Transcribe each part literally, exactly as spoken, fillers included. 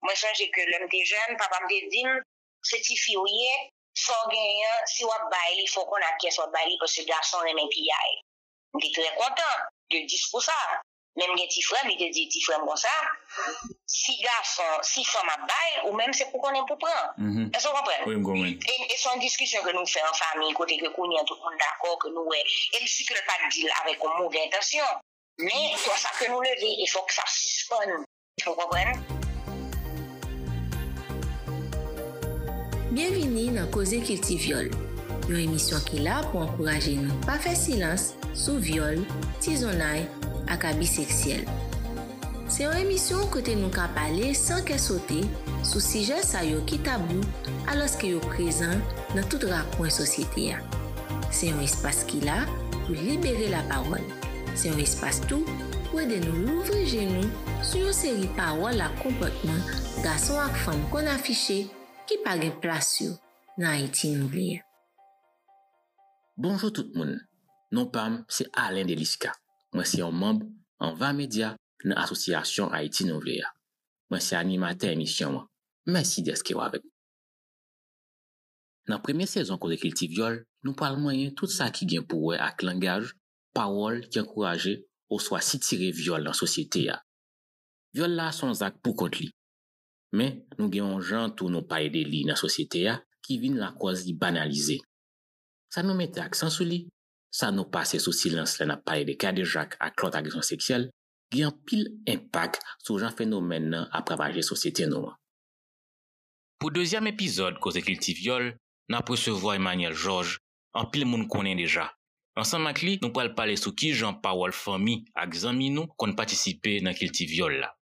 Moi, je sais que l'homme était jeune, papa me dit, c'est petit fille, sans gagnant, si on baille, il faut qu'on acquiert son baille parce que le garçon est même piaille. Je suis très content de dire pour ça. Même les petits frères, ils te disent, petits frères, comme ça, si garçon, si femme a bail, ou même c'est pour qu'on ait pour prendre. Mm-hmm. Est-ce que vous comprenez? Oui, oui. Et, et c'est une discussion que nous faisons en famille, côté que nous sommes tout le monde d'accord, que nous, et si que le pas de deal avec une mauvaise intention, mais pour ça que nous lever, il faut que ça suspende. Vous comprenez? Bienvenue dans Cause Kilti Viol, une émission qui est là pour encourager nous pas faire silence sur viol, tisonnaille et abus sexuel. C'est une émission côté nous ka parler sans qu'elle saute sur sujet ça yo qui tabou alors que yo présent dans tout raccoin société. C'est un espace qui est là pour libérer la parole. C'est un espace tout pour aider nous l'ouvrir genoux sur une série de paroles à comportement garçon et femme qu'on affiché qui pas de place dans Haïti Nouvelea. Bonjour tout le monde. Non pam, c'est Alain Deliska. Moi c'est un membre en vingt médias dans l'association Haïti Nouvelea. Moi c'est animateur émission. Merci d'être avec nous. Dans la première saison Cause Kilti Viol, nous parlons moyen tout ça qui vient pour avec langage, parole qui encourage ou soit si tirer viol dans la société. Viol là sont actes pour contre lui. Mais nous avons gens tout nous parler de lui dans la société qui viennent la cause de banaliser. Ça nous met accent sur lui, ça nous passe sous silence là n'a parlé de cas de Jacques à l'autre agression sexuelle, qui a un pile impact sur le phénomène à propager société nous. Pour deuxième épisode Cause Kilti Viol, nous recevoir Emmanuel Georges, en pile monde connaît déjà. Ensemble avec lui, nous pourrons parler sur qui Jean Parole famille avec zami nous qu'on participer dans Kilti Viol là.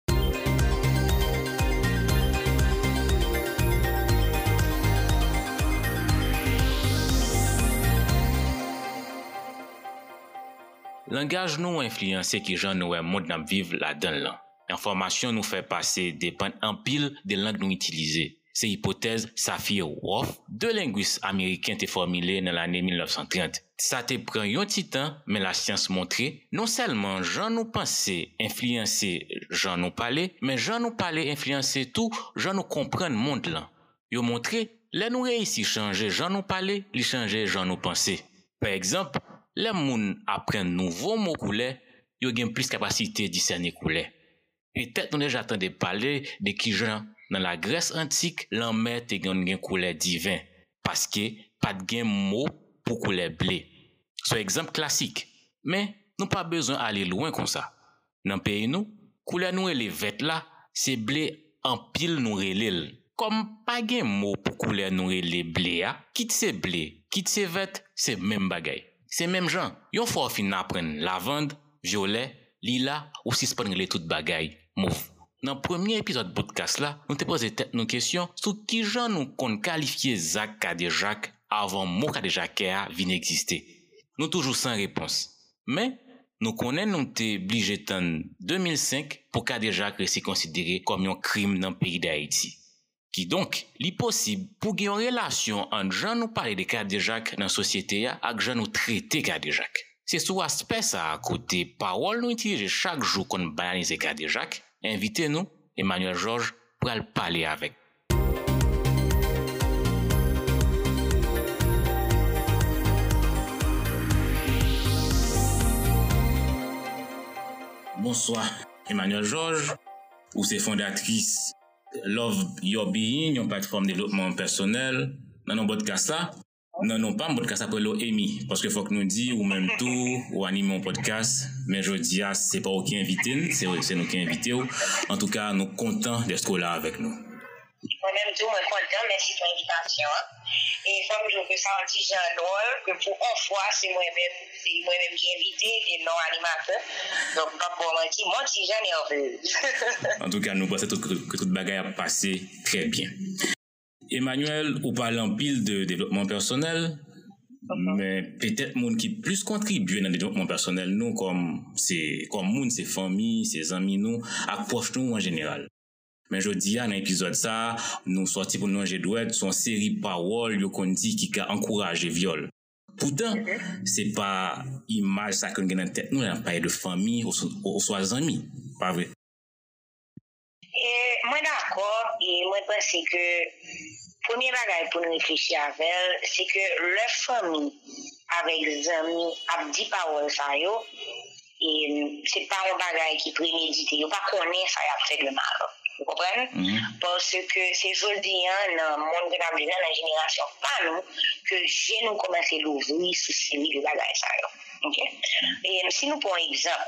Langage nous influencé qui gens nous est monde n'a vivre là-dedans là. Information nous fait passer dépend en pile des langues nous utiliser. C'est hypothèse Sapir-Whorf, deux linguistes américains te formulé dans l'année mille neuf cent trente. Ça te prend un petit temps, mais la science montré, non seulement gens nous penser influencer gens nous parler, mais gens nous parler influencer tout, gens nous comprendre monde là. Yo montré, là nous réussi changer gens nous parler, li changer gens nous penser. Par exemple, les moun apprennent nouveau mot coulé, yo gen plus capacité discerner coulé. Et peut-être nous déjà attendé parler de qui gens dans la Grèce antique, l'enmer te gen gen couleur divin parce que pas de gen mot pour couleur blé. C'est un exemple classique. Mais nous pas besoin aller loin comme ça. Dans pays nous, couleur nous les vêt là, c'est blé en pile nous relèl. Comme pas gen mot pour couleur nous les blé a, quitte c'est blé, quitte c'est vêt, c'est même bagay. C'est même gens. Yon faut fin apprendre lavande, violet, lila ou si s'prendre les toutes bagay mauve. Dans le premier épisode podcast là, nous te posé nos questions sur qui gens nous qu'on qualifier Zach Kadejak avant mot Kadejak a vient exister. Nous toujours sans réponse. Mais nous connaissons nous te obligé en deux mille cinq pour Kadejak rester considéré comme un crime dans le pays d'Haïti. Qui donc, li possible pour qu'il y ait une relation entre gens nous parler de Kadejak dans la société avec gens nous traiter Kadejak. C'est sur aspect ça à côté parole nous utiliser chaque jour qu'on banalise Kadejak. Invitez-nous, Emmanuel Georges, pour aller parler avec. Bonsoir, Emmanuel Georges, vous êtes fondatrice Love Your Being, une plateforme de développement personnel. Dans nos podcasts là, non, non, pas un podcast après l'O M I, parce que faut que nous disions, ou même tout, ou animer un podcast, mais je dis, ah, c'est pas aucun invité, c'est, c'est nous qui invitons. En tout cas, nous contents d'être là avec nous. Moi-même, tout, moi, content, merci pour l'invitation. Et il faut que je me sente un petit genre drôle, que pour une fois, c'est moi-même, c'est moi-même qui invité, et non animateur. Donc, pas pour mentir, moi, si j'en ai nerveuse. En tout cas, nous pensons que, que toute bagaille a passé très bien. Emmanuel, ou parle en pile de développement personnel, uh-huh. Mais peut-être moun qui plus contribue dans le développement personnel, nous, comme c'est, comme moun, c'est famille, c'est amis, nous, approche nous en général. Mais je dis, dans l'épisode ça, nous sortis pour nous manger douette, son série parole, yo qu'on dit qui a encouragé viol. Pourtant, uh-huh. C'est pas image ça qu'on gagne en tête, nous, on parle de famille, ou soit amis, pas vrai? Et moi d'accord, et moi je pense que premier bagage pour nous réfléchir avec, c'est que leur famille avec les amis a dit paroles ça yo, et c'est pas un bagage qui prémédité, yo pas connaît ça y a fait le mal. Vous comprenez? Mm-hmm. Parce que c'est aujourd'hui, dans le monde que nous avons dans la génération, pas nous, que j'ai nous commencé à l'ouvrir sous série de bagages ça. Okay? Et si nous prenons un exemple,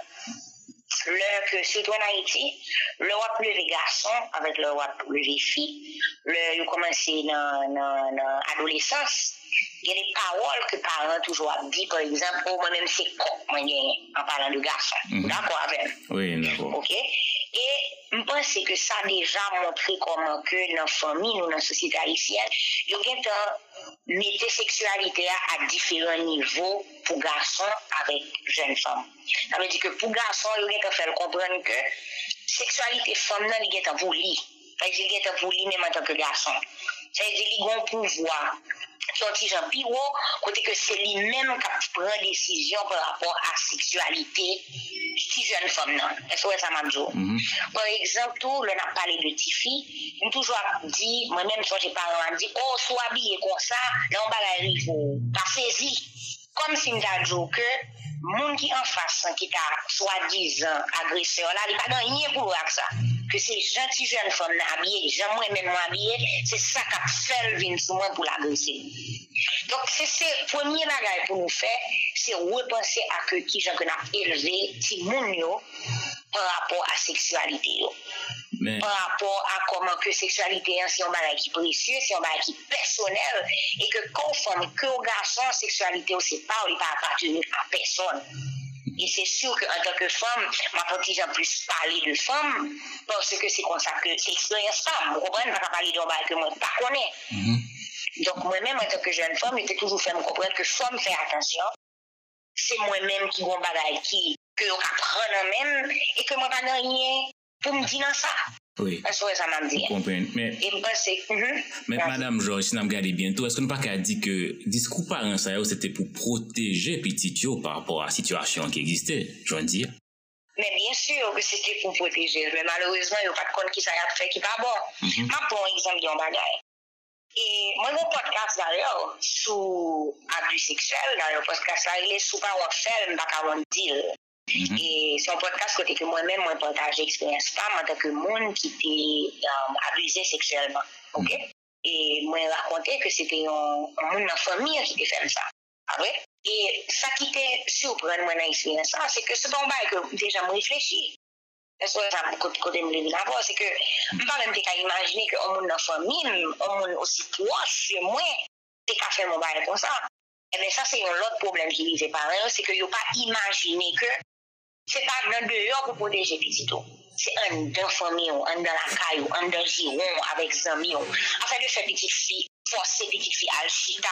le que surtout en Haïti, le wap levé garçon avec le wap levé fille, le yo commencé dans l'adolescence. Il y a des paroles que parents toujours dit, par exemple, oh, moi-même c'est con, moi en parlant de garçon. Mm-hmm. D'accord avec? Oui, d'accord. Ok? Et je pense que ça a déjà montré comment que dans la famille ou dans la société haïtienne, il y a mettre sexualité à différents niveaux pour garçons avec jeunes femmes. Ça veut dire que pour garçons, il y a faire comprendre que sexualité femme, il y a pour lui. Il y a pour lui même en tant que garçon. Ça veut dire qu'il y a un pouvoir. Sorti Jean Piro, côté que c'est lui-même qui prend décision par rapport à la sexualité si jeune femme. Est-ce que ça m'a dit? Mm-hmm. Par exemple, tout, le n'a parlé de Tifi, on toujours dit, moi-même, quand j'ai parlé, on dit, oh, sois habillé comme ça, là, on va l'arriver, pas saisi. Comme si on a dit que le monde qui en face, qui t'a soi-disant agresseur, là, il n'y a pas rien pour voir ça. Que ces gentils jeunes femmes habillées, jamais même habillées, c'est ça qui a fait le vin sur moi pour l'agresser. Donc, c'est ce premier bagage pour nous faire, c'est repenser à que qui j'en a élevé, si moun par rapport à la sexualité. Mais... par rapport à comment que sexualité, c'est un bagage qui est précieux, c'est un bagage qui est personnel, et que conforme que aux garçons, sexualité, c'est pas, il ne va pas appartenir à personne. Et c'est sûr qu'en tant que femme, ma petite en plus parler de femme, parce que c'est comme ça que c'est expérience femme. Vous comprenez? Je ne vais pas parler d'un bagage que moi je ne connais pas. Mm-hmm. Donc moi-même, en tant que jeune femme, j'ai toujours fait me comprendre que femme fait attention. C'est moi-même qui vois un bagage qui, que je apprends même, et que moi je n'ai rien pour me dire dans ça. Oui. Est-ce que ça m'a dit? Je comprends. Mais, et pense, mm-hmm. mais Madame Georges, si nous regardons bientôt, est-ce qu'on n'a pas dit que le discours parent, c'était pour protéger petit Tio par rapport à la situation qui existait, je veux dire? Mais bien sûr que c'était pour protéger, mais malheureusement, il n'y a pas de compte qui ça a fait qui n'est pas bon. Mm-hmm. Je prends un exemple d'un bagage. Et moi, mon podcast d'ailleurs, sous abus sexuel, d'ailleurs, le podcast là, il est sous pas un film, pas un deal. Mm-hmm. Et c'est un podcast côté que moi-même, moi, partage l'expérience femme en tant que monde qui était um, abusé sexuellement. OK? Mm-hmm. Et moi, raconté que c'était un, un monde dans la famille qui était fait ça. Ah ouais? Et ça qui était surprenant moi dans l'expérience, c'est que c'est un bail que déjà me réfléchi. Est-ce que ça côté me lever d'abord, c'est que je ne peux pas même imaginer qu'un monde dans la famille, un monde aussi proche de moi, c'est qu'à faire mon bail comme ça. Et bien ça, c'est un autre problème qui vise par eux, c'est qu'ils n'ont pas imaginé que c'est pas dans dehors pour protéger petit tout. C'est un dans la famille, un dans la caille, un dans le giron, avec les amis. Afin de faire petite fille, forcer petite fille à chita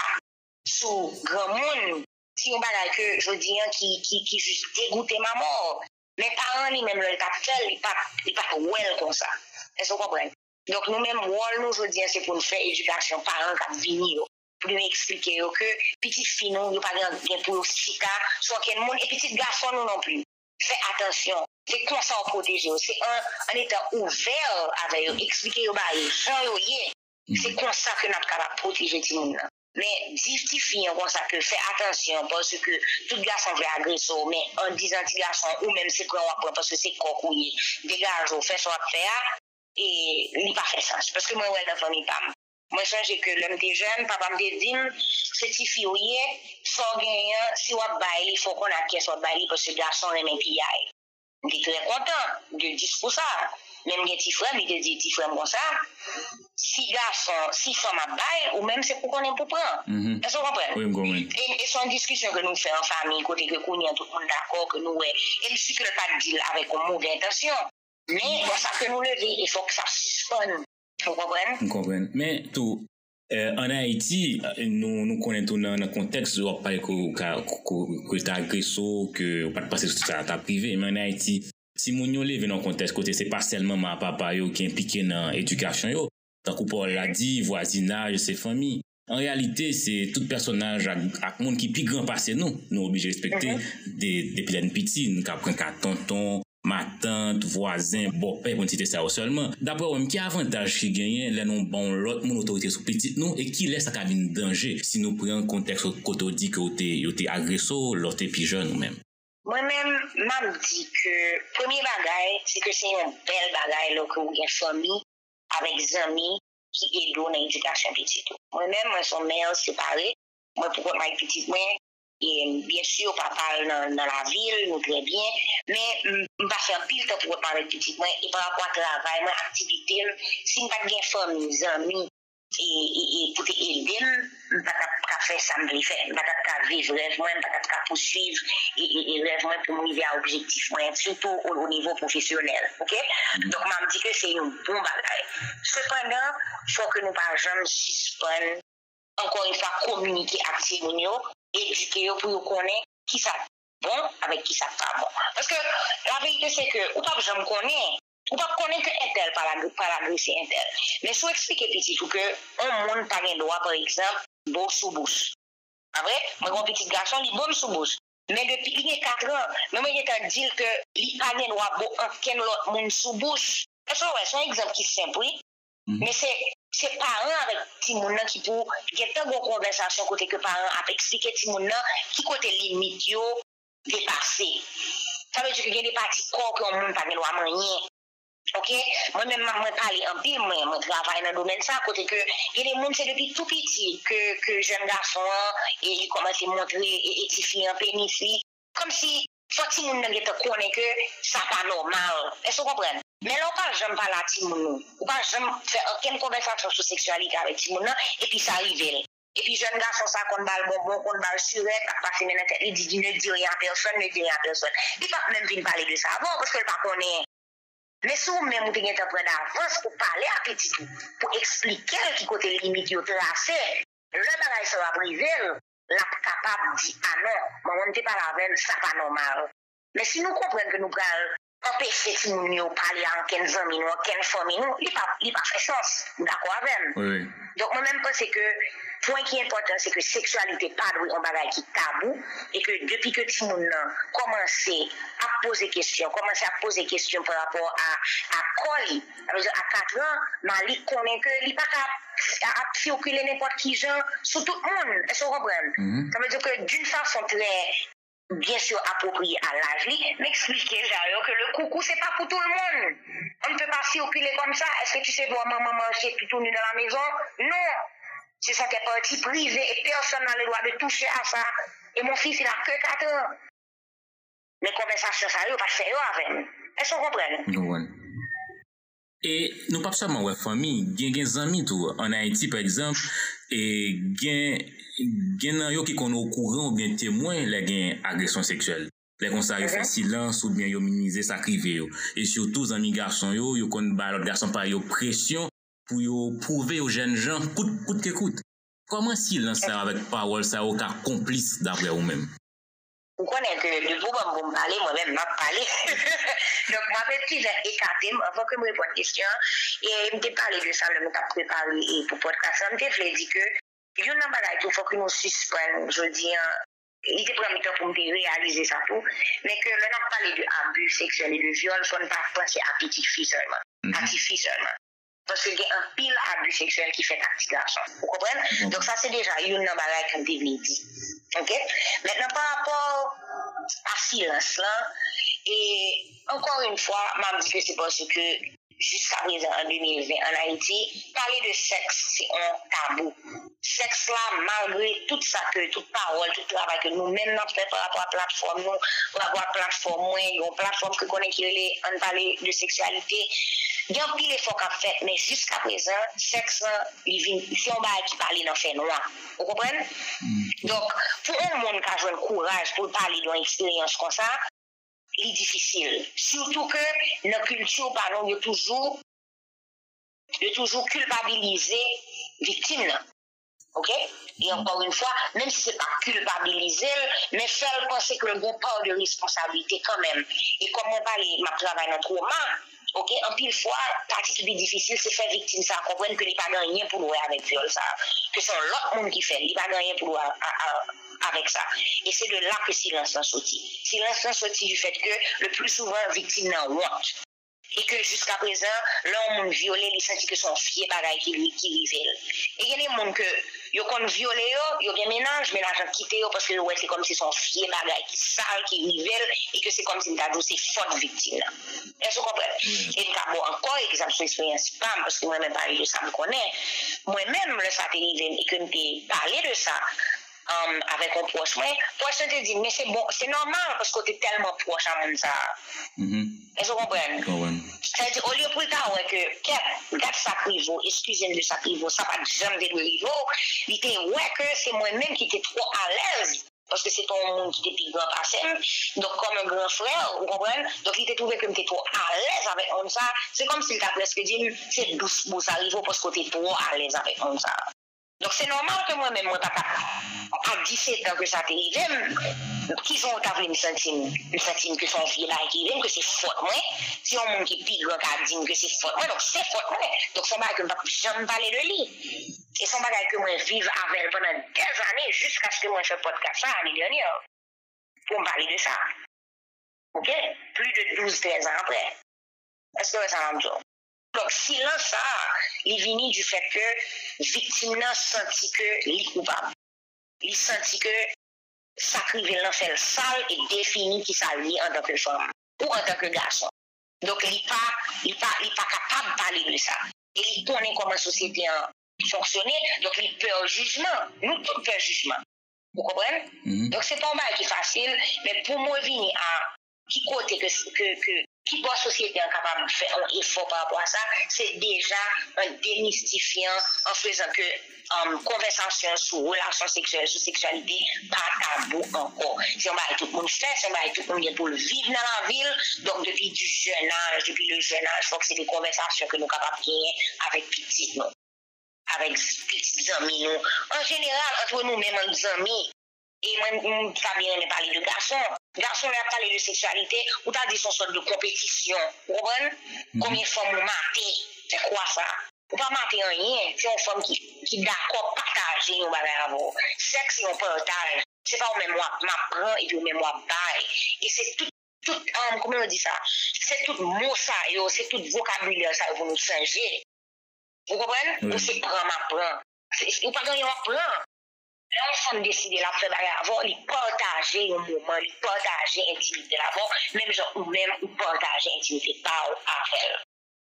sous grand monde. Si on parle que je dis qui qui qui juste dégoûté ma mort. Mes parents, ils même le tapent, ils pas ils pas well comme ça. Est-ce que vous comprenez? Donc nous-mêmes, nous aujourd'hui, c'est pour nous faire éducation parents qui viennent pour nous expliquer que petite fille nous, nous pas bien pour chita, soit quel monde et petit garçon nous non plus. Fais attention. C'est comme ça on protège. C'est un en étant ouvert avec eux, expliquer aux bails, c'est comme ça que nous sommes capables de protéger tout le monde. Mais dix filles comme ça que fais attention parce que tout garçon fait agresser, mais en disant petit garçon ou même c'est qu'on va parce que c'est cocouillé, dégage, fait son affaire et il pas fait sens. Parce que moi, ouais, dans la famille, pas. Moi, je sais que l'homme était jeune, papa me dit, c'est petit fille, sans gagner, si on baille, il faut qu'on acquiert son baille parce que le garçon est même pillaille. Je suis très content de dire pour ça. Même les petits frères, ils te disent petits frères comme ça. Si garçon, si femme a bail, ou même c'est pour qu'on ait pour prendre. Mm-hmm. Est-ce que vous comprenez? Oui, oui. Et, et c'est une discussion que nous faisons en famille, côté que nous sommes tout le monde d'accord, que nous, et je suis que le pas de deal avec un mot d'intention. Mais pour ça que nous le vivons, il faut que ça suspende. Vous comprenez? Vous comprenez. Mais tout. Euh, en Haïti, nous, nous connaissons dans le contexte où on parle que tu as agressé, que tu pas passé sur ta privé. Mais en Haïti, si nous sommes dans le contexte côté, ce n'est pas seulement ma papa yo, qui est impliqué dans l'éducation. Tant que Paul l'a dit, voisinage, c'est famille. En réalité, c'est tout personnage à le monde qui est plus grand passé nous. Nous sommes obligés de respecter mm-hmm. des, des petits petits. Nous avons un tonton, ma tante, voisin, beau-père, pour citer ça seulement. D'après moi, qui avantage qui gagne, là, nous, bon, l'autre, mon autorité sous petit, nous, et qui laisse ça un danger, si nous prenons le contexte côté dit que vous êtes agressé, l'autre est plus jeune, nous-mêmes. Moi-même, m'a dit que, premier bagaille, c'est que c'est une belle bagaille, là, que vous avez une famille, avec des amis, qui aident dans l'éducation petite. Moi-même, moi, son mère séparée, moi, pourquoi ma petite, moi, et bien sûr, papa dans, dans la ville, nous très bien, mais je ne vais pas faire pile temps pour parler petit moi et par rapport au travail, mon activité, si je n'ai pas de famille, amis, et, et, et pour aider, je ne vais pas faire ça, je ne vais pas vivre rêve, je ne vais pas poursuivre et, et, et rêve pour arriver à l'objectif, surtout au, au niveau professionnel. Ok? Donc, je me dis que c'est une bonne bagaille. Cependant, il faut que nous ne pas jamais suspendre, encore une fois, communiquer activement. Éduquer pour connaître qui ça bon avec qui ça pas bon. Parce que la vérité c'est que ou pas jamais connaît, ou pas connaître que un tel par la par la c'est un tel. Mais faut expliquer petit tout que un monde pas gain droit par exemple bon sous bouche. En vrai, moi mon petit garçon il bon sous bouche. Mais depuis il y a quatre ans, même il est dire que il pas gain droit bon aucun autre monde sous bouche. C'est un exemple qui simple oui. Mm-hmm. Mais c'est c'est parents avec Timoun qui pour il y a une conversation côté que parents a expliqué Timoun qui côté limite yo dépasser. Ça veut dire qu'il y a des parties corps que on pas droit manier. OK, moi même moi parler en pile moi moi travaille dans le domaine ça côté que il y a des monde c'est depuis tout petit que que jeune garçon et il commence à montrer et étifier un pénis comme si faut que Timoun ne te connaît que ça pas normal. Est-ce que vous comprenez? Mais là, on ne peut jamais parler à Timoun. On ne peut jamais faire aucune conversation sur sexualité avec Timoun. Et puis ça arrive. Et puis, jeune garçon, ça, qu'on balle bonbon, qu'on balle surette, à passer dans la tête, il dit, ne dit rien à personne, ne dit rien à personne. Il ne peut même venir parler de ça avant, parce qu'il ne peut pas connaître. Mais si vous même vous avez prendre d'avance pour parler à petit tout, pour expliquer qui côté limite vous tracé, le bagage sera privé, la capable de dire, ah non, moi, on ne peut pas la veine, ça pas normal. Mais si nous comprenons que nous pouvons empêcher si nous ne parler à quinze amis, ou quinze familles, il n'y a pas fait sens. D'accord avec oui. Donc, moi-même, je pense que le point qui est important, c'est que la sexualité n'est pas un bagage qui est tabou, et que depuis que tout le monde a commencé à poser des questions, commencé à poser des questions par rapport à, à Coli, à quatre ans, Malik connaît que il n'est pas à circuler n'importe qui genre sur tout le monde. Est-ce que vous comprenez? Mm-hmm. Ça veut dire que d'une façon très bien sûr approprié à l'âge, m'expliquer que le coucou c'est pas pour tout le monde. On ne peut pas circuler comme ça. Est-ce que tu sais voir maman manger tout tourner dans la maison? Non. C'est ça qui est partie privée et personne n'a le droit de toucher à ça. Et mon fils il a que quatre ans. Les conversations ça ne pas faire avec. Est-ce que vous comprenez? Oui. Et nous pas seulement ouais famille, gen gen amis tout en Haïti par exemple et gen gen yo qui connaît au courant ou bien témoin les gen agression sexuelle. Les comme ça yo fait silence ou bien yo minimiser ça crivé yo. Et surtout amis garçons yo yo connaît ba l'autre garçon par yo pression pour yo prouver aux jeunes gens coûte coûte que coûte. Comment silence ça avec parole ça au cas complice d'après vous même? Vous connaissez que de vous, vous me parlez, moi-même, je m'en parler. Donc, moi, je suis écarté avant que je me réponde à la question. Et je me parlé de ça, je me suis préparé pour le podcast. Je me suis dit que, il y a un bagage qu'il faut que nous suspendions, je dis, il était pris temps pour me réaliser ça tout, mais que l'on a parlé de abus sexuels et de viol, il ne faut pas penser à petite fille seulement, mm-hmm. à petite fille seulement. Parce qu'il y a un pile abus sexuel qui fait à petit garçon. Vous comprenez? Mm-hmm. Donc, ça, c'est déjà une bagage qu'on devait dire. OK? Maintenant, par rapport à silence, là, et encore une fois, je me dis que c'est parce que jusqu'à présent, en deux mille vingt, en Haïti, parler de sexe, c'est un tabou. Sexe, là, malgré tout ça, que, toute parole, tout travail que nous-mêmes, nous faisons par rapport à la plateforme, nous, par rapport à la plateforme, une plateforme que connaît qui est en parler de sexualité, il y a un pile effort qu'a fait, mais jusqu'à présent, sexe, si on va qui parle dans fait noir. Vous comprenez? Mm-hmm. Donc, pour un monde qui a joué le courage pour parler d'une expérience comme ça, il est difficile. Surtout que notre culture, pardon, il y a toujours, il y a toujours culpabilisé victime. OK? Et encore une fois, même si ce n'est pas culpabiliser, mais faire penser que le groupe part de responsabilité quand même. Et comme on parle, ma travail dans le trauma, Ok, en pile fois, partie qui est difficile, c'est faire victime ça, comprendre que il n'y a pas rien pour nous avec viol ça, que c'est l'autre monde qui fait, il n'y a pas rien pour nous avec ça. Et c'est de là que silence en sorti. Silence en sorti du fait que le plus souvent, victime n'a honte. Et que jusqu'à présent, l'homme violé, il senti que son fier bagaille qui lui qui révèle. Et il y a des gens que yo kon violé yo, yo bien ménage, ménage en quitté yo parce que ouais, c'est comme si son fier bagaille qui sale, qui révèle et que c'est comme si t'as dit c'est faute victime là. Est-ce que vous comprenez? Et t'as bon encore exemple sur expérience spam parce que moi même parler de ça me connais. Moi-même le ça arrivé et que me parler de ça. Um, avec un proche, moi, proche te dit, mais c'est bon, c'est normal parce que tu es tellement proche à mon ça. Mm-hmm. Est-ce que vous comprenez? Oh, ouais. C'est-à-dire, au lieu pour le temps, ouais, que, regarde ça niveau, excusez-moi de ça niveau, ça va jamais de niveau, il était, ouais, que c'est moi-même qui était trop à l'aise. Parce que c'est ton monde qui était plus grand passé, donc comme un grand frère, vous comprenez? Donc il était trouvé que tu étais trop à l'aise avec mon ça. C'est comme s'il t'a presque dit, c'est douce pour ça arrive parce que tu es trop à l'aise avec mon ça. Donc c'est normal que moi-même, moi, papa, à dix-sept ans que ça t'arrive, qu'ils ont t'avoué une centime, une centime que son fille là qui vient, que c'est faute, moi. Si on monde qui pique, qui dit que c'est faute, moi, donc c'est faute, moi. Donc son bagage que je ne peux jamais parler de lui. Et son bagage que moi vive avec pendant des années, jusqu'à ce que moi je fasse podcast l'année dernière, pour me parler de ça. Ok? Plus de douze treize ans après. Est-ce que ça va me dire? Donc, silence, ça, il vient du fait que victime n'a senti que il est coupable. Il senti que sacrifier l'enfant fait sale et définit qui ça lui en tant que femme ou en tant que garçon. Donc, il n'est pas, il pas, il pas capable de parler de ça. Et il connaît comment la société fonctionne, donc il peur jugement. Nous tous peur jugement. Vous comprenez? Mm-hmm. Donc, c'est pas un mal qui est facile, mais pour moi, venir à qui côté que, que, que qui la société est capable de faire un effort par rapport à ça, c'est déjà un démystifiant en faisant que um, conversation sur relations sexuelles, sur sexualité, pas tabou encore. Si on va tout le monde faire, si on va tout le monde pour le vivre dans la ville, donc depuis du jeune âge, depuis le jeune âge, je crois que c'est des conversations que nous sommes capables de gagner avec petits nous, avec petits amis nous. En général, entre nous-mêmes, les amis, et moi, Fabien m'a parlé de garçons. Garçons, on a parlé de sexualité, ou t'as dit son sorte de compétition. Vous comprenez? Mm-hmm. Combien de femmes vous matez? C'est quoi ça? Vous ne pas mater rien. C'est une femme qui, qui d'accord partager nos bagages à vous. Sexe, c'est un partage. C'est pas au même moi, m'apprend et puis au même moi, bail. Et c'est tout, tout, um, comment on dit ça? C'est tout mot ça, yo, c'est tout vocabulaire ça, vous nous changer. Vous comprenez? Mm-hmm. Ou c'est prend, m'apprend. Ou pas gagner, m'apprend. L'enfant décide de la faire avant, il partager un moment, il partager l'intimité avant, même genre ou même ou partager l'intimité par avec.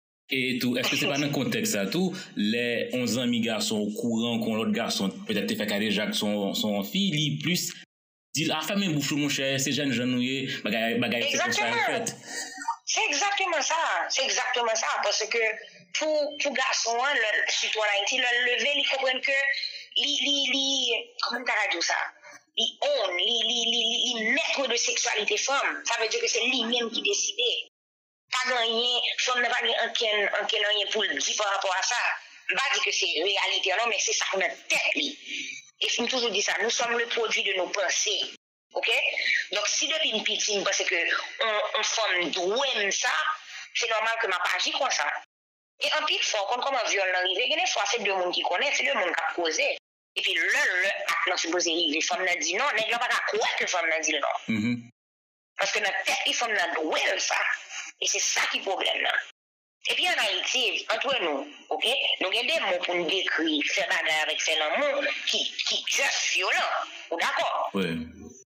Et tout, est-ce que c'est pas dans le contexte ça tout, les onze ans mi garçon au courant qu'on l'autre garçon peut-être fait cadet Jacques son son fille, il plus dit la femme est bouche mon cher, c'est jeune jeune noué, bagaille bagaille c'est comme ça en fait. C'est exactement ça, c'est exactement ça parce que pour pour garçon le citoyen Haïti le lever, il comprend que li li li comment t'as dit ça? Il on, li li li li maître de sexualité femme, ça veut dire que c'est lui-même qui décide. Pas gagné, femme n'a pas gagné aucun aucun rien pour le dire par rapport à ça. Pas dire que c'est réalité non, mais c'est ça qu'on a tête lui. Et je me toujours dit ça, nous sommes le produit de nos pensées. OK? Donc si depuis une petite parce que on on femme doué ça, c'est normal que ma pas agir comme ça. Et en pile fois, quand comme un viol arrive, il y a des fois c'est deux monde qui connaissent, c'est deux monde qui a causé. Et puis le le acte non supposé arriver, femme n'a dit non, nèg pas quoi que femme n'a dit non. Mm-hmm. Parce que notre tête, il faut nous douer ça. Et c'est ça qui est le problème là. Et puis en Haïti, entre nous, ok, nous avons des mots pour nous décrire, faire bagarre avec ces mots qui qui juste violent. D'accord? Oui.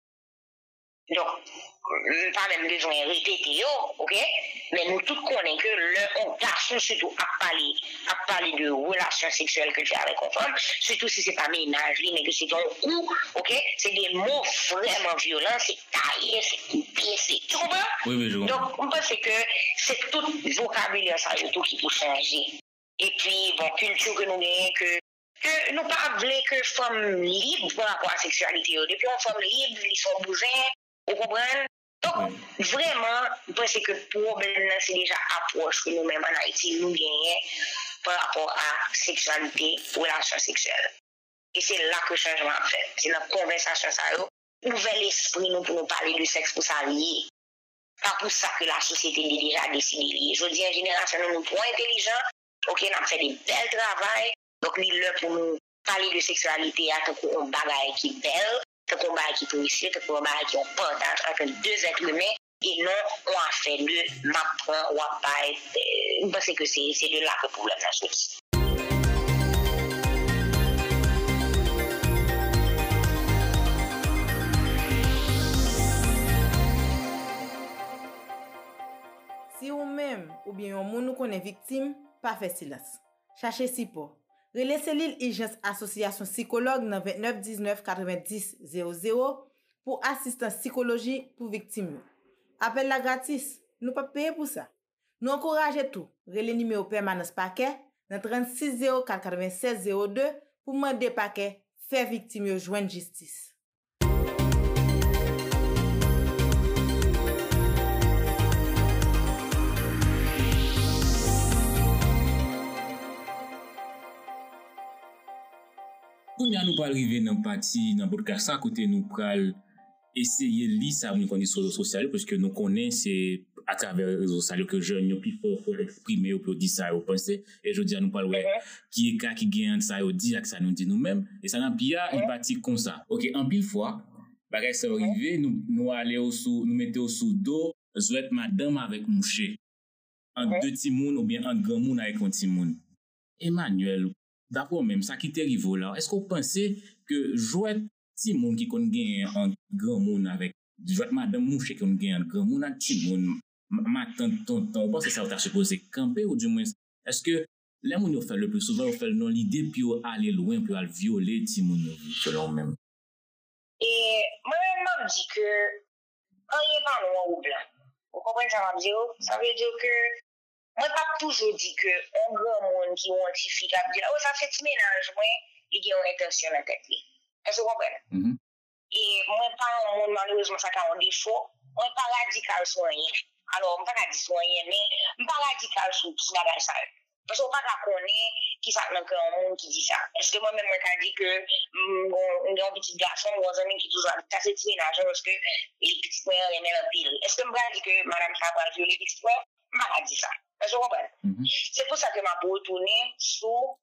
Donc, pas même besoin de répéter, ok? Mais nous tous connaissons que le garçon, surtout, a parlé, a parlé de relations sexuelles que tu as avec une femme, surtout si ce n'est pas ménage, mais que c'est ton coup, ok? C'est des mots vraiment violents, c'est taillé, c'est coupé, c'est. Tu comprends? Oui, oui, je comprends. Donc, on pense que c'est tout le vocabulaire, ça, tout qui peut changer. Et puis, bon, culture que nous gagnons, que. Que nous ne voulons que femmes libres par rapport à la sexualité. Depuis une femme libre, ils sont bousins, vous comprenez? Donc, oui. Vraiment, je pense que le problème, c'est déjà l'approche que nous-mêmes en Haïti, nous gagnons par rapport à la sexualité, relations sexuelles. Et c'est là que le changement a fait. C'est notre conversation, ça, ouvert l'esprit nous pour nous parler du sexe pour s'allier. Pas pour ça que la société est déjà décidée. Je dis en génération, nous sommes trop intelligents, ok, nous avons fait des belles travail, donc il est là pour nous parler de sexualité, tant qu'on bagaille qui est belle, tant qu'on bagaille qui est précieux, tant qu'on bagaille qui est partage entre deux êtres humains, et non, on a fait de m'apprendre ou à pas, parce que c'est de là que le problème est sorti. Si ou même ou bien yon moun nou konnen victime, pas fait silence. Cherchez support. Relais Cellule Urgence Association Psychologue dans vingt-neuf dix-neuf quatre-vingt-dix zéro zéro pour assistance psychologie pour victimes. Appel la gratis. Nous pas payer pour ça. Nous encourageons tout. Relais numéro permanence paquet dans trente-six zéro quatre quatre-vingt-seize zéro deux pour demander paquet faire victime yo joindre justice. Nous allons pas arriver dans partie dans podcast ça côté nous pral essayer lire ça nous connaît sur les réseaux sociaux parce que nous connaissons c'est à travers les réseaux sociaux que jeunes nous plus fort exprimer ou dire ça ou penser et je dis à nous parler ouais, qui est cas qui gagne ça ou dire que ça nous dit nous-mêmes et ça n'a pas une partie comme ça. OK, en pile fois bagay ça arrivé nous nous aller au sous nous mettre au sous dos jouet madame avec mouché en deux petits moun ou bien en grand moun avec un petit moun. Emmanuel d'abord même ça qui t'arrive là est-ce que vous pensez que jouet petit monde qui connaît gagne un grand monde avec jouet madame mouche qui connaît gagne un grand monde un petit monde ma tante tonton vous pensez ça vous t'a supposé camper ou du moins est-ce que les moun yo fait le plus souvent on fait non l'idée puis aller loin puis aller violer petit monde selon même et moi même dit que rien pas noir ou blanc vous comprenez ça m'a dit ça veut dire que moi, pas toujours dit que un grand monde qui ont antifié, qui a dit, oh, ça fait petit ménage, moi, il y a une intention dans la tête. Est-ce que vous comprenez? Mm-hmm. Et moi, pas un monde, malheureusement, ça a un défaut. Moi, pas radical sur rien. Alors, je ne vais pas dire sur rien, mais je ne vais pas radical sur ce bagage ça. Parce qu'on ne peut pas connaître qui ça dans un monde qui dit ça. Est-ce que moi-même, je dis que on a un petit garçon, ou un ami qui toujours ça fait petit ménage, parce que les petits frères aiment un pile. Est-ce que je vais dire que madame ça va violer les petits frères? Je ne vais pas dire ça. Est-ce que vous comprenez? Mm-hmm. C'est pour ça que je vais retourner sur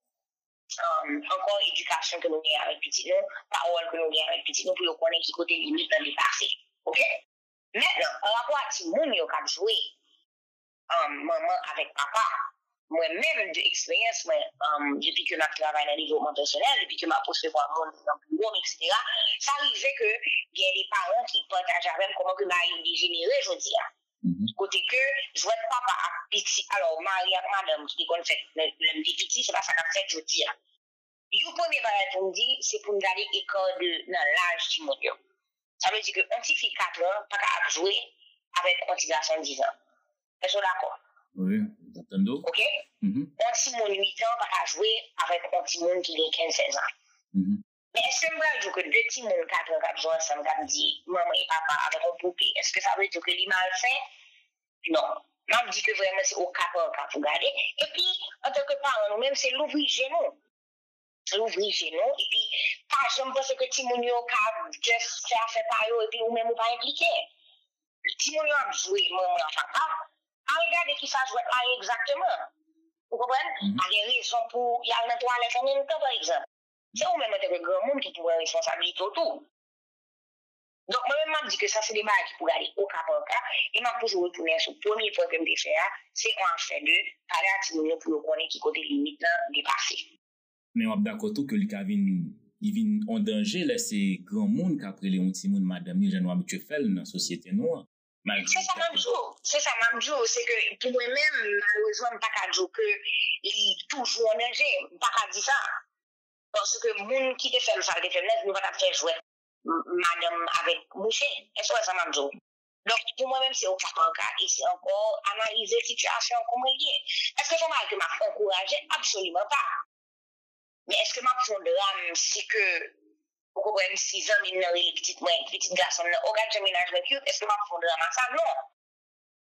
um, encore éducation que nous avons avec petit nous, parole que nous avons avec petit nous, pour nous connaître qui côté limite dans le passé. OK? Maintenant, en rapport à tout le monde qui a joué um, maman avec papa, moi-même de expérience, moi, um, depuis que je travaille dans le développement personnel, depuis que je poursuis pour mon dans le bureau, et cetera, ça arrivait que il y a des parents qui partagent avec comment que je dégénéré, je dis. Côté que je vois papa à petit alors Marie et madame qui connaissent le petit c'est pas ça qu'a fait je dis le premier bagage pour me dire c'est pour me garder école de dans l'âge du monde ça veut dire que un petit fille quatre ans pas capable jouer avec un petit garçon dix ans est-ce que d'accord oui j'entends OK mm-hmm. Un petit monde huit ans pas capable jouer avec un petit monde qui a quinze seize ans mm-hmm. Mais est-ce que je veux dire que deux petits monde quatre ans qui jouent ensemble qui dit maman et papa avec un poupée est-ce que ça veut dire que les mal fait? Non. Je dis que vraiment c'est au cap en cap pour garder. Et puis, en tant que parents, nous-mêmes, c'est l'ouvrir chez nous. L'ouvrir chez nous. Et puis, pas je pense que Timounio a juste fait affaire par eux et puis nous-mêmes, nous pas impliqués. Timounio a joué, maman, papa. À regarder qui ça joue là exactement. Vous comprenez? Il y a des raisons pour y aller dans la toilette en même temps, par exemple. C'est vous-même, en tant que grand monde, qui pourrait responsabiliser autour. Donc, moi-même, je dis que ça, c'est des bails qui pourraient aller au cas par cas. Et moi, toujours retourner sur le premier point que je me fais, c'est en fait de parler à tout le monde pour connaître qui côté limite dépassé. Mais on est d'accord tout que les cas viennent en danger, là, c'est grand monde qui après les petits monde, madame, les gens habitués à faire dans la société noire. C'est ça même jour. C'est ça même jour. C'est que pour moi-même, malheureusement, je ne peux pas dire que il est toujours en danger. Je ne peux pas dire ça. Parce que les gens qui te font ça, qui te font ne vont pas faire jouer. Madame avec mouché, est-ce que ça m'a dit? Donc, pour moi-même, c'est au cas par cas, et c'est encore analyser la situation comme elle est. Est-ce que c'est mal que m'a encouragé? Absolument pas. Mais est-ce que m'a fondé si que, vous comprenez, six ans, il y a les petites garçons, on regarde le ménage avec eux, est-ce que m'a fondé à ça? Non.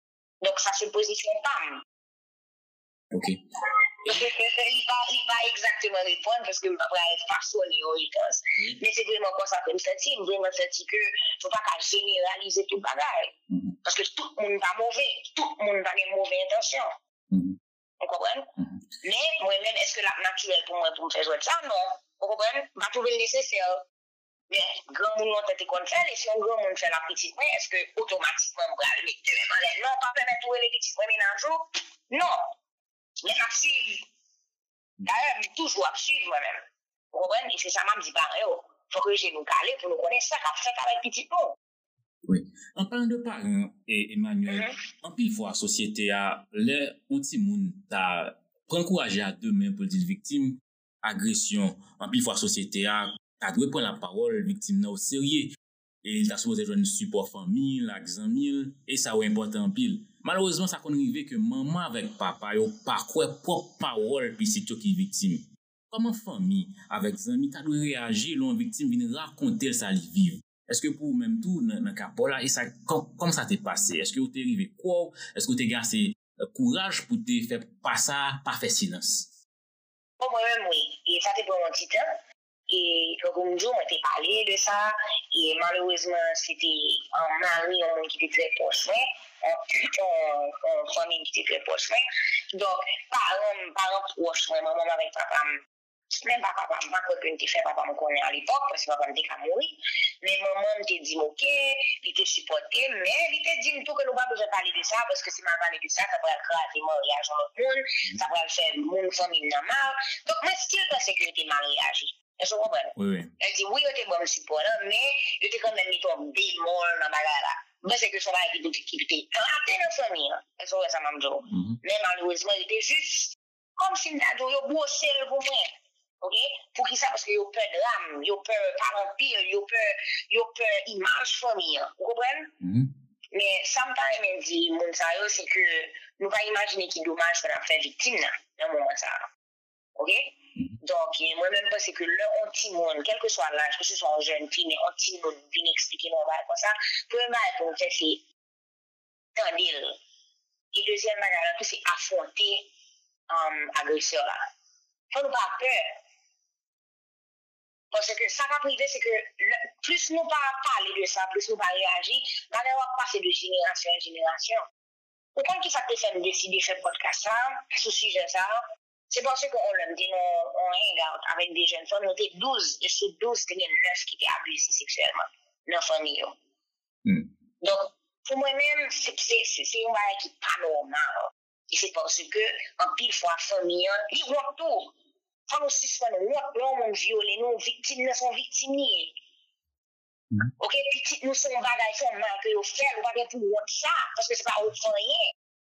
Donc, ça se positionne pas. Ok. Il n'est pas exactement exactement répondre parce que je ne vais pas façonner aux réponses. Oui. Mais c'est vraiment comme ça que je me sens. Je vraiment senti que je ne peux pas généraliser tout le bagage. Mm-hmm. Parce que tout le monde n'est pas mauvais. Tout le monde n'a pas de mauvaises intentions. Mm-hmm. Vous comprenez? Mm-hmm. Mais moi-même, est-ce que la naturel pour moi pour me faire jouer de ça? Non. Vous comprenez? Je vais trouver le nécessaire. Mais grand monde ont été comme ça, et si un grand monde fait la petite main, est-ce que automatiquement on va le mettre? Non, pas permettre de les petites mains ménageaux? Non. Mais à suivre. D'ailleurs, toujours à suivre moi-même. Vous comprenez? Et c'est ça m'a dit pareil. Il faut que je nous calme pour nous connaître ça qu'a fait avec petit nom. Oui. En parlant de parents, et Emmanuel, mm-hmm. en pile fois, la société a l'air, un petit monde t'a encouragé à demain pour dire victime, agression. En pile fois, la société a t'as dû prendre la parole, victime au sérieux. Et il t'a supposé jouer un support famille, l'examen, et ça est important en pile. Malheureusement, ça qu'on arrive que maman avec papa, yo pas quoi propre parole, puis c'est toi qui est victime. Comment famille, avec amis, t'as dû réagir, l'on victime vient raconter ça lui vivre. Est-ce que pour même tout, dans le cas là, et ça, comme ça t'est passé? Est-ce que vous t'es arrivé quoi? Est-ce que vous t'es gardé courage pour te faire pas ça, pas faire silence? Oh, moi-même, oui. Et ça t'est pour mon petit temps. Et comme je m'étais parlé de ça, et malheureusement, c'était un mari, un monde qui était très proche, une famille qui était très proche. Donc, parents, parents proches, maman avec papa, même papa, papa, pas que je fait papa me connaît à l'époque, parce que papa me dit qu'à mourir. Mais maman me dit, ok, il était supporté, mais il était dit tout que nous n'avons pas besoin de parler de ça, parce que si on parle de ça, ça pourrait craser le mariage dans le monde, ça pourrait faire mon famille normal. Donc, moi, ce qu'il pense, c'est que j'étais mal réagi. Est-ce que vous comprenez? Oui, oui. Elle dit, oui, j'étais bon support, mais j'étais quand même mis ton bémol dans ma gare. Mais c'est que son mari qui était raté dans la famille. Est-ce que ça m'a dit? Mais malheureusement, il était juste comme si il a bossé pour moi. Ok? Pour qui ça? Parce qu'il y a peur de l'âme, il y a peur parent pire, il y a peur, il y a peur image famille. Vous comprenez? Mm-hmm. Mais ça me paraît même dit, mon sérieux, c'est que nous ne pouvons pas imaginer qu'il est dommage qu'on a fait victime dans le moment ça. Ok? Donc, moi-même, parce que là, on petit monde, quel que soit l'âge, que ce soit un jeune fille, mais on petit monde vient expliquer nos bails comme ça, premièrement, pour nous faire, c'est tendil. Et deuxième bagage, c'est affronter um, l'agresseur là. Faut nous pas peur. Parce que ça va priver, c'est que le, plus nous pas parler de ça, plus nous pas réagir, on va passer de génération en génération. Pourquoi qui ça te fait décider de faire podcast ça, ce sujet ça? C'est parce qu'on l'a dit, on hangout avec des jeunes femmes, on était douze, et sur douze, il y a neuf qui étaient abusés sexuellement dans la famille. Mm. Donc, pour moi-même, c'est un bail qui n'est pas normal. Et c'est parce que, en pile fois, la famille, ils ont tout. Quand nous suspendons, nous avons violé, nous, victimes, nous sommes victimiers. Mm. Ok, puis nous sommes bagages, nous sommes mal que nous faisons, nous ne pouvons pas pour ça, parce que ce n'est pas autre rien.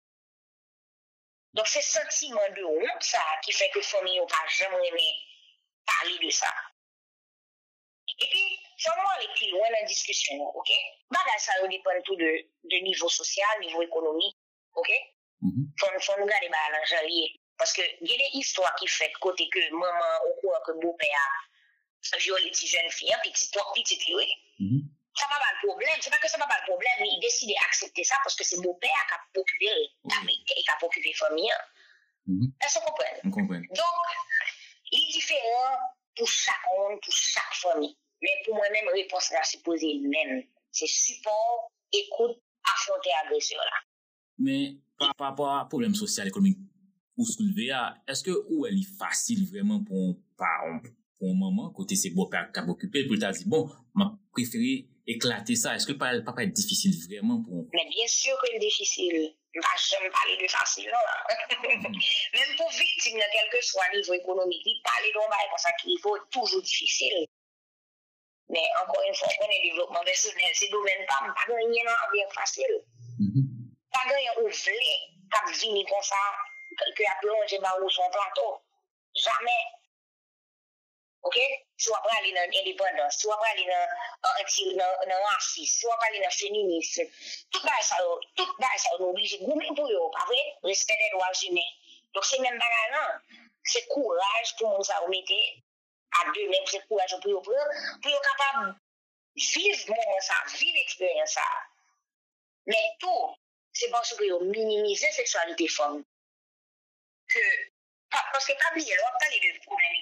Donc, c'est ce sentiment de honte, ça, qui fait que les familles n'ont pas jamais aimé parler de ça. Et puis, sans nous aller plus loin dans la discussion, ok? Bagage, ça dépend tout de, de niveau social, niveau économique, ok? Mm-hmm. Faut, faut nous garder balance lié. Parce que, il y a des histoires qui font côté que maman, au courant que beau-père a violé les jeunes filles, petit, toi, petit, oui. Mm-hmm. Ça n'a pas le problème. C'est pas que ça n'a pas le problème, mais il décide d'accepter ça parce que c'est mon père qui a occupé et qui a occupé la famille. Est-ce que vous comprenez? On comprend. Donc, il est différent pour chaque monde, pour chaque famille. Mais pour moi-même, la réponse là, c'est posée même. C'est support, écoute, affronter l'agresseur là. Mais par rapport à problème social, économique, pour soulever, est-ce que où elle est facile vraiment pour un pour un moment, côté c'est beau-père qui a occupé, pour t'a dit, bon, m'a préféré éclater ça. Est-ce que ça ne peut pas être difficile vraiment pour... Mais bien sûr que c'est difficile. Je ne vais jamais parler de facile, non. Même pour victime, quel que soit le niveau économique, parler d'un bail comme ça, il faut toujours difficile. Mais encore une fois, on est développement personnel, c'est domaine pas, pas gagner non, bien facile. Pas gagner ou vle, pas venir comme ça, que a plongé dans son plateau. Jamais. Ok? Soit après aller dans l'indépendance, soit après aller dans le racisme, soit après aller dans le féminisme. Tout ça, tout ça, on est obligé de goumer pour eux, pas vrai? Respect des droits humains. Donc, c'est même pas là. C'est courage pour nous à remettre à deux, même c'est courage pour eux, pour eux capables de vivre moment ça, vivre l'expérience ça. Mais tout, c'est parce que vous minimisez la sexualité femme. Que, parce que pas oublier, on va parler de problèmes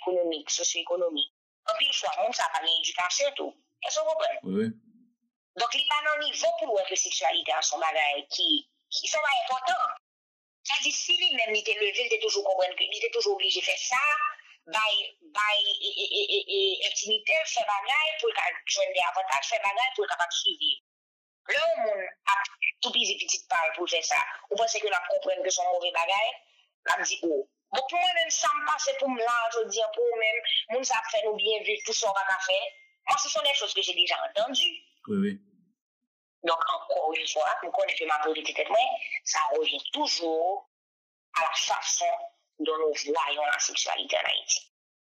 économique, socio-économique. En pile fois, moun ça pas l'éducation tout. Est-ce que vous comprenez? Oui. Donc, il n'y a pas un niveau pour voir que sexualité en son bagage qui, qui sont pas important. C'est-à-dire, si lui-même, il était levé, il était toujours comprendre que, il était toujours obligé de faire ça, by, by, et, et, et, et, intimité, faire bagage pour joindre des avantages, faire bagage pour être capable de suivre. Là, où moun a tout petit petit parle pour faire ça, ou pensez que la comprenne que son mauvais bagage, la me dit, oh. Bon, pour moi-même, ça me passe pour moi, je dis, pour moi-même, moun ça fait nous bien vivre tout ça, on va pas faire. Moi, ce sont des choses que j'ai déjà entendues. Oui, oui. Donc, encore une fois, nous connaissons ma politique tête, ça revient toujours à la façon dont nous voyons la sexualité en Haïti.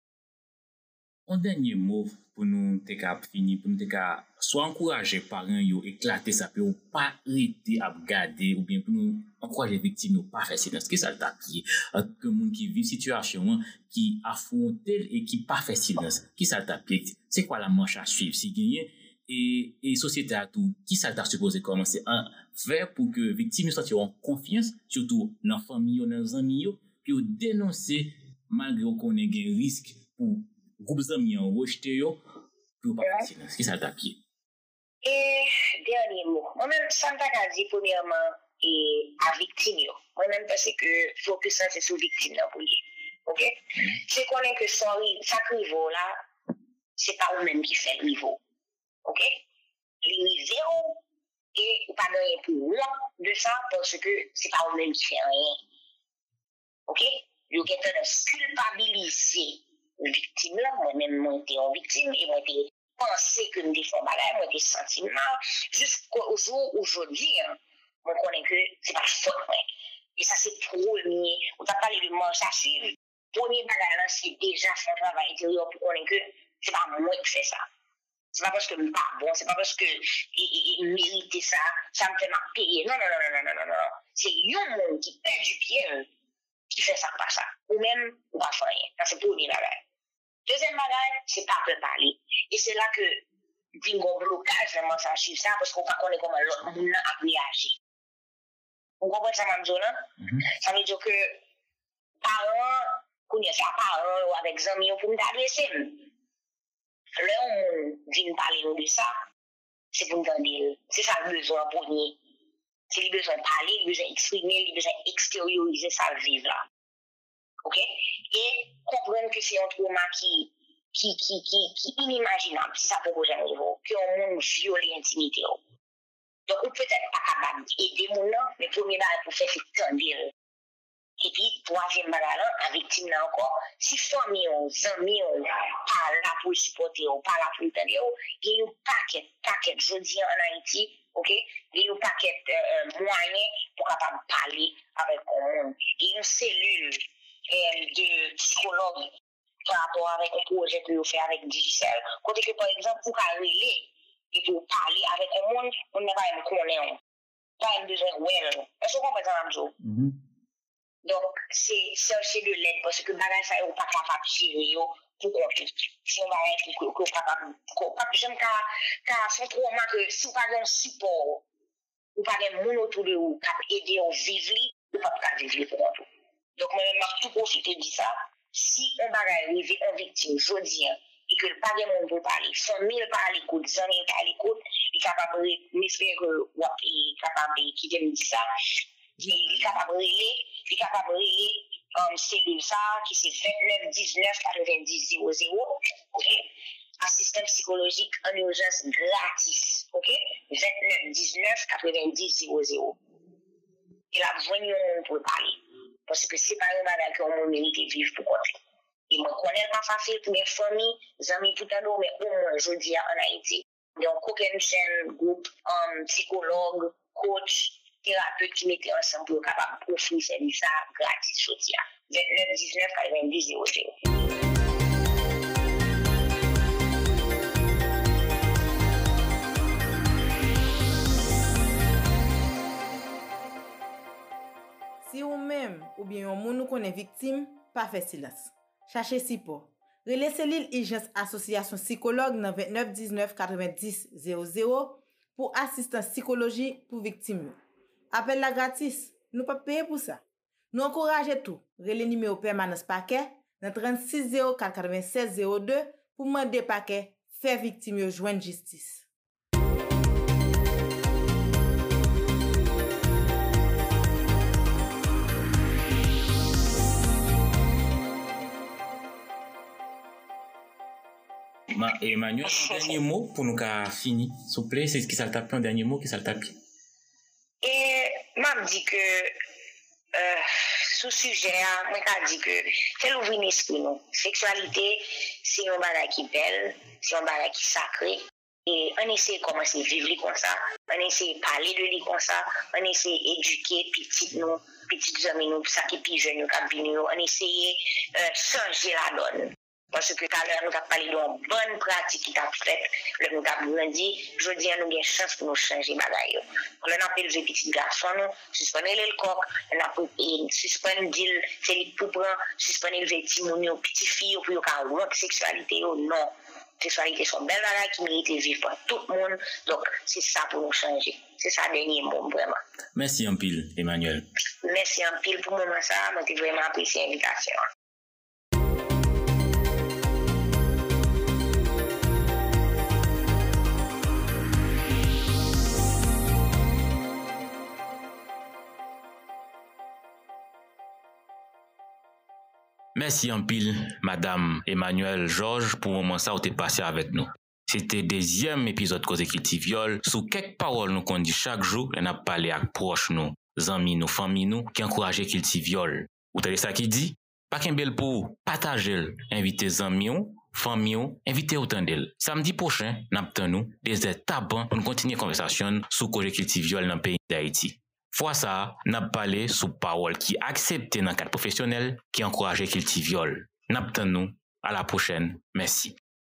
Un dernier mot pour nous te cap fini, pour nous te cap soit encourager parents yo éclater ça pour pas arrêter à regarder ou bien pour nous encourager victimes yo pas faire silence. Qu'est-ce que ça t'a pied que monde qui vit situation qui affronte et qui pas faire silence. Qui ça t'a pied? C'est quoi la marche à suivre si gagner et et société à tout qui ça t'a supposé commencer à faire pour que victimes sentiront confiance surtout dans famille ou dans amis yo puis dénoncer malgré qu'on ait un risque pour groupe d'amis en rejeté yo pour pas faire silence. Qui ça t'a pied? Et dernier mot. Moi-même, ça m'a dit premièrement et à victime yo. Moi-même parce que focus c'est sur victime là pour lui. OK? C'est qu'on est que ça ça niveau là, c'est pas vous-même qui fait le niveau. OK? Les niveaux et pas gagner pour moi de ça parce que c'est pas vous-même qui fait rien. OK? Vous êtes en train de culpabiliser les victimes là, moi-même moi j'étais en victime et moi j'étais pensé que nous défendons bagay, moi j'étais senti mal jusqu'au jour où aujourd'hui, hein, moi connais que c'est pas faute moi. Et ça c'est premier, on t'a parlé de manche à suivre. Premier bagay là c'est déjà faire travail intérieur pour connaître que c'est pas moi qui fais ça. C'est pas parce que je pas bon, c'est pas parce que je mérite ça, ça me fait ma payer. Non, non, non, non, non, non, non. C'est un monde qui perd du pied qui fait ça pas ça. Ou même, ou pas faire rien. Ça c'est pour premier bagage. Deuxième bagage, c'est pas préparer. Et c'est là que il y a un blocage vraiment ça suivre ça parce qu'on ne connaît comment l'autre monde a réagi. Vous comprenez ça, Mamzo, là? Ça veut dire que parents, qu'on y a ça parents ou avec amis pour nous adresser. Là, on vient parler de ça, c'est pour nous entendre. C'est ça le besoin pour nous. C'est le besoin de parler, le besoin d'exprimer, le besoin d'extérioriser ça vivre là. OK? Et comprendre que c'est un trauma qui qui qui qui qui inimaginable si ça peut poser un niveau, qu'on monde violer l'intimité. Donc on peut être pas capable d'aider mon nom, mais premier bagage pour faire c'est tendre. Et puis troisième bagage là, la victime là encore, si famille ou amis ou pas là pour supporter ou pas là pour entendre, il y a un paquet paquet je dis en Haïti. OK? Il y a un paquet euh, moyens pour capable parler avec le monde. Il y a une cellule euh, de psychologue par rapport avec un projet que vous faites avec Digicel. Côté que, par exemple, pour parler et pour parler avec le monde, on n'a pas même connaître. Pas besoin de well. Est-ce que vous comprenez ça, Mamzo? Donc, c'est chercher de l'aide parce que bagage ça, vous pas capable de gérer pour compter. Si on va être que vous capable de j'aime car son trauma que si vous pas un support ou pas un monde autour de vous qui aider à vivre, vous pas capable vivre pour compter. Donc moi même tout profiter de ça. Si on bagage arriver en victime jodi et que pas de monde pour parler, famille pas à l'écoute, amis pas à l'écoute, il capable m'espère que ou est capable quitter me dire ça. Il est capable de il est capable de um, cellule ça qui c'est vingt-neuf dix-neuf quatre-vingt-dix zéro zéro. OK? Assistance psychologique en urgence gratis. OK? vingt-neuf dix-neuf quatre-vingt-dix zéro zéro. Et là, venez pour parler. Parce que c'est pas un bagage qu'on mérite de vivre pour compter. Et moi, je connais pas facile pour mes familles, mes amis, tout à l'heure, mais au moins, je dis en Haïti. Donc, aucune chaîne, groupe, um, psychologue, coach, thérapeute qui mettent ensemble pour capable offrir service ça gratis aujourd'hui. vingt-neuf dix-neuf quatre-vingt-dix zéro zéro. Si ou même ou bien yon moun nou konnen victime, pas fait silence. Cherchez support. Relais cellule Urgence Association Psychologue dans vingt-neuf dix-neuf quatre-vingt-dix zéro zéro pour assistance psychologie pour victime. Appel la gratis, nous pas payer pour ça. Nous encourageons tout. Relais numéro permanence paquet dans trente-six zéro quatre quatre-vingt-seize zéro deux pour demander paquet faire victime yo joindre justice. Ma, Emmanuel, un dernier mot pour nous qu'a fini, s'il vous plaît, c'est ce qui ça le tape, un dernier mot qui ça le tape. Et m'a dit que euh, sous sujet, moi qu'a dit que c'est l'ouvrir l'esprit nous. Sexualité, c'est un bagage qui belle, c'est un bagage qui sacré. Et on essaie de commencer à vivre comme ça, on essaie de parler de lui comme ça, on essaie d'éduquer petits nous, petits amis nous, ça qui est plus jeune, on essaie de euh, changer la donne. Parce que tout à l'heure, nous avons parlé d'une bonne pratique qui t'a faite, nous avons dit, je dis, nous avons une chance pour nous changer les bagailles. On a appelé les petits garçons, nous, suspendre le coq, on a suspendre le deal, c'est les pour prendre, suspendre le petit moun, les petites filles, pour qu'ils rompent la sexualité, non. Sexualité sont belles bagailles qui méritent de vivre par tout le monde. Donc, c'est ça pour nous changer. C'est ça le dernier mot, vraiment. Merci en pile, Emmanuel. Merci en pile pour le moment, ça. Moi, j'ai vraiment apprécié l'invitation. Merci en pile, Madame Emmanuel Georges, pour le moment ça où t'es passé avec nous. C'était le deuxième épisode Cause Écriti Viol. Sous quelques paroles nous qu'on dit chaque jour, on a parlé avec proches nous, amis nous, famille nous, qui encouragent Écriti Viol. Vous avez ça qui dit? Pas qu'un bel pour partager, inviter amis ou, famille ou, inviter autant d'elle. Samedi prochain, nous nous des étapes pour nous continuer la conversation sur Cause Écriti Viol dans le pays d'Haïti. Fois ça, n'a parlé sous parole qui accepté dans le cadre professionnel, qui encourage qu'il t'y viole. N'attendons nous à la prochaine. Merci.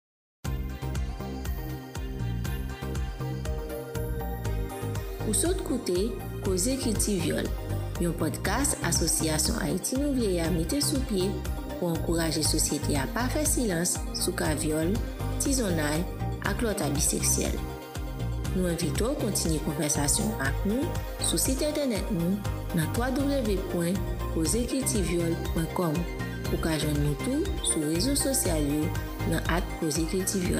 Pour sauter côté, causer qu'il t'y viole. Un podcast Association Haïti Nou Vieillard mette sous pied pour encourager la société à pas faire silence sous cas viol, tisonnail et l'autre bisexuel. Nous invitons à continuer la conversation avec nous sur le site internet nous dans w w w point cause écriti viol point com ou qu'à joindre nous tout sur les réseaux sociaux dans at cause écriti viol.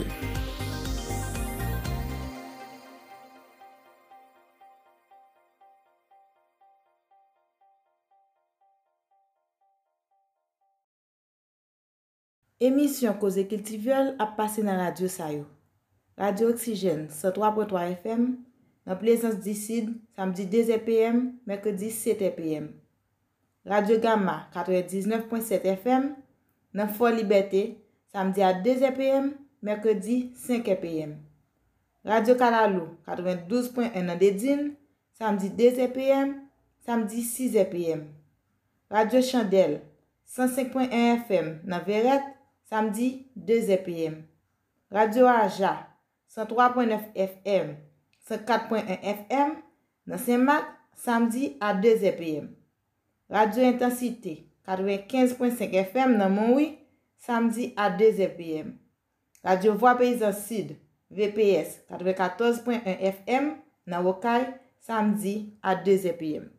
Émission Cause Écriti Viol a passé dans la radio Sayo. Radio Oxygène, cent trois point trois F M, dans Plaisance d'Icide, samedi deux heures P M, mercredi sept heures P M. Radio Gamma, quatre-vingt-dix-neuf point sept F M, dans Fort Liberté, samedi à deux heures P M, mercredi cinq heures P M. Radio Kalalou, quatre-vingt-douze point un dans Dédine, samedi deux heures P M, samedi six heures P M. Radio Chandelle, cent cinq point un F M, dans Verrette, samedi deux heures P M. Radio Aja, cent trois point neuf F M, cent quatre point un F M, dans Saint-Marc, samedi à deux heures P M. Radio Intensité, quatre-vingt-quinze point cinq F M, dans Montouy, samedi à deux heures P M. Radio Voix Paysan Sud, V P S, quatre-vingt-quatorze point un F M, dans Wokai, samedi à deux heures P M.